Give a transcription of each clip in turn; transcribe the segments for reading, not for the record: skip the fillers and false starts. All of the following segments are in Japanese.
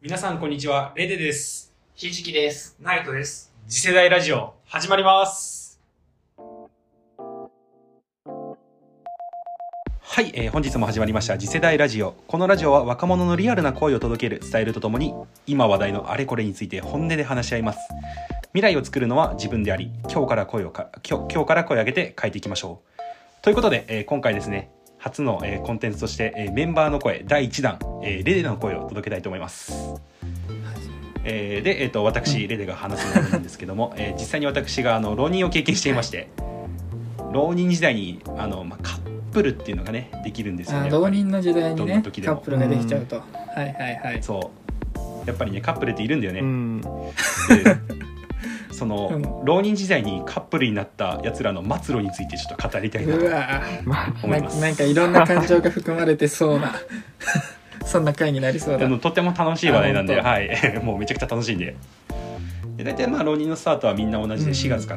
皆さんこんにちは、レデです。 ひじきです。 ナイトです。 次世代ラジオ始まります。はい、本日も始まりました次世代ラジオ。このラジオは若者のリアルな声を届けるスタイルとともに、今話題のあれこれについて本音で話し合います。未来を作るのは自分であり、今日から声を上げて変えていきましょう。ということで、今回ですね、初の、コンテンツとして、メンバーの声第1弾、レデの声を届けたいと思います。で、私レデが話すものなんですけども、実際に私が浪人を経験していまして、浪人時代にカップルっていうのがねできるんですよね。 浪人の時代にねカップルができちゃうと、はいはいはい。 そうやっぱりねカップルっているんだよね。でその、浪人時代にカップルになったやつらの末路についてちょっと語りたいなと思います。 なんかいろんな感情が含まれてそうなそんな回になりそうだ。 とても楽しい話題なんで、はい、もうめちゃくちゃ楽しいんで。大体浪人のスタートはみんな同じで4月から、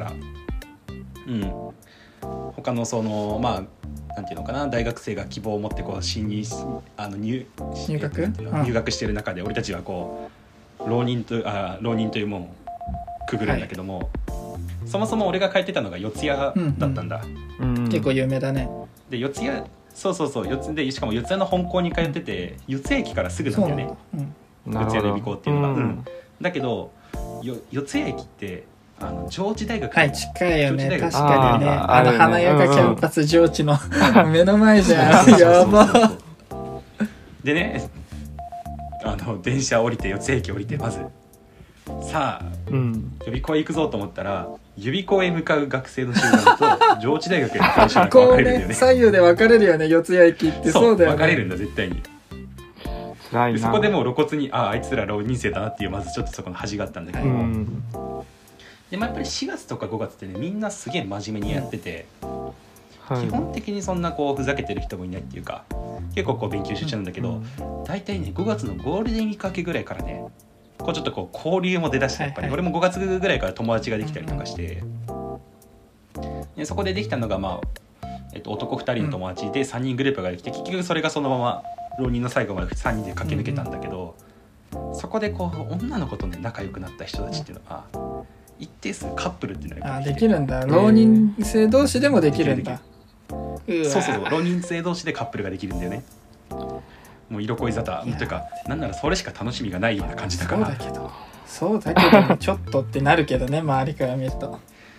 他のそのなんていうのかな、大学生が希望を持ってこう入学してる中で、俺たちはこう浪人というものをくぐるんだけども、そもそも俺が通ってたのが四谷だったんだ。 結構有名だね。 で四谷そうでしかも四谷の本校に通ってて、四谷駅からすぐなんだよね。四谷の予備校っていうのが、だけど四谷駅って上智大学、 はい近いよね。確かにね、華やかキャンパス上智の目の前じゃん。やば。 でね、電車降りて四谷駅降りて、まずさあ、予備校へ行くぞと思ったら、予備校へ向かう学生の集団と上智大学へ向かう集団が分かれるんだよね。 左右で分かれるよね、四谷駅って。そうだよね、 分かれるんだ絶対に。でそこでもう露骨にあいつら浪人生だなっていう、まずちょっとそこの恥があったんだけども、でやっぱり4月とか5月ってね、みんなすげえ真面目にやってて、基本的にそんなこうふざけてる人もいないっていうか、結構こう勉強集中なんだけど、大体ね5月のゴールデンウィーク明けぐらいからね、こうちょっとこう交流も出だして、やっぱり俺も5月ぐらいから友達ができたりとかして、でそこでできたのが男2人の友達で3人グループができて、結局それがそのまま浪人の最後まで3人で駆け抜けたんだけど、そこでこう女の子とね仲良くなった人たちっていうのは一定数カップルっていうのができるんだ。浪人生同士でもできるんだ。 そう浪人生同士でカップルができるんだよね。もう色恋沙汰というか、なんならそれしか楽しみがないような感じだから。 そうだけどちょっとってなるけどね、周りから見ると。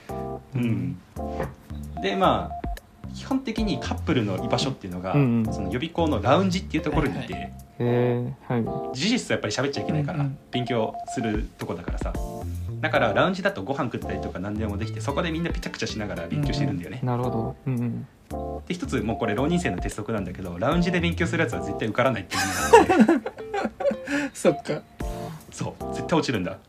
で基本的にカップルの居場所っていうのが、その予備校のラウンジっていうところにいて、事実やっぱり喋っちゃいけないから、勉強するとこだからさ。だからラウンジだとご飯食ったりとか何でもできて、そこでみんなピチャクチャしながら勉強してるんだよね。 なるほど。で一つもうこれ浪人生の鉄則なんだけど、ラウンジで勉強するやつは絶対受からないっていうのがあって。 そっか。 そう絶対落ちるんだ。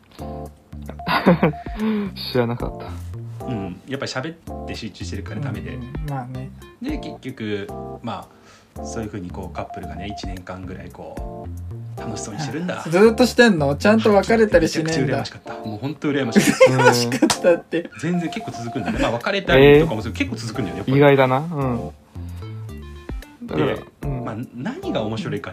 知らなかった。 やっぱり喋って集中してるからダメで、で結局そういう風にこうカップルがね1年間ぐらいこう楽しそうにしてるんだ。 ずっとしてんの？ちゃんと別れたりしねえんだ。 めちゃくちゃ羨ましかった。もう本当羨ましかった。 羨ましかったって。 全然結構続くんだね。別れたりとかも結構続くんだよね。 意外だな。 で、何が面白いかって、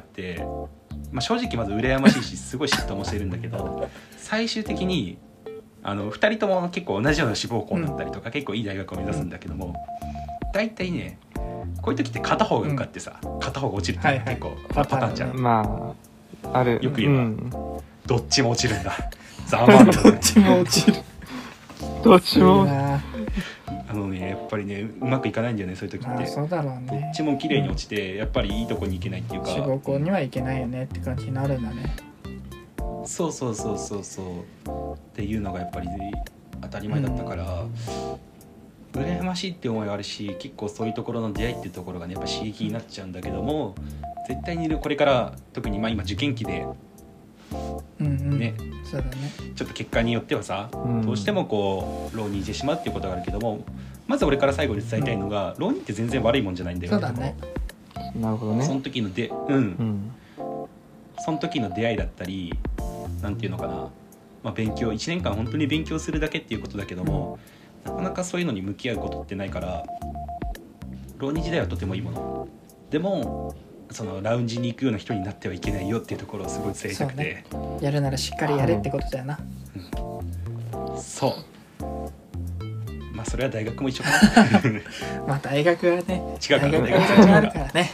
正直まず羨ましいし、すごい嫉妬もしてるんだけど、最終的に2人とも結構同じような志望校だったりとか、結構いい大学を目指すんだけども、大体ねこういう時って片方が受かってさ、片方が落ちるって結構パターンじゃん。 ある。 よく言えば、どっちも落ちるんだ。ざまみたいな。 どっちも落ちる。 どっちも。 やっぱりねうまくいかないんだよね、そういう時って。 そうだろうね。 どっちも綺麗に落ちて、やっぱりいいとこに行けないっていうか、 志望校には行けないよねって感じになるんだね。 そうっていうのがやっぱり当たり前だったから、羨ましいって思いはあるし、結構そういうところの出会いっていうところがねやっぱ刺激になっちゃうんだけども、絶対にこれから特に今受験期でね、 そうだね、 ちょっと結果によってはさ、どうしてもこう浪人してしまうっていうことがあるけども、まず俺から最後に伝えたいのが、浪人って全然悪いもんじゃないんだよ。 そうだね。 なるほどね。 その時のその時の出会いだったり、なんていうのかな、勉強1年間本当に勉強するだけっていうことだけども、なかなかそういうのに向き合うことってないから、浪人時代はとてもいいものでも、 そのラウンジに行くような人になってはいけないよっていうところをすごい伝えたくて、 そうね、やるならしっかりやれってことだよな。 そうまあそれは大学も一緒かなまあ大学はね違うからね、 大学があるからね。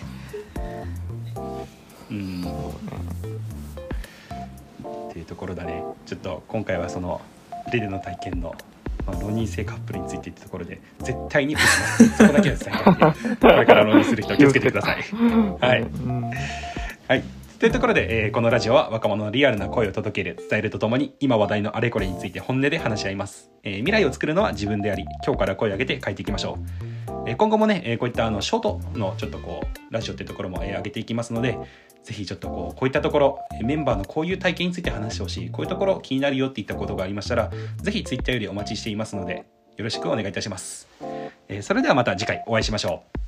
っていうところだね。ちょっと今回はそのレデの体験の、浪人生カップルについてってところで絶対にそこだけは伝えたいんでこれから浪人する人は気をつけてくださいはい、はい、というところで、このラジオは若者のリアルな声を届ける伝えるとともに今話題のあれこれについて本音で話し合います、未来を作るのは自分であり今日から声を上げて変えていきましょう。今後もね、こういったショートのちょっとこうラジオっていうところも、上げていきますので、ぜひちょっとこういったところ、メンバーのこういう体験について話してほしい、こういうところ気になるよっていったことがありましたら、ぜひツイッターよりお待ちしていますのでよろしくお願いいたします。それではまた次回お会いしましょう。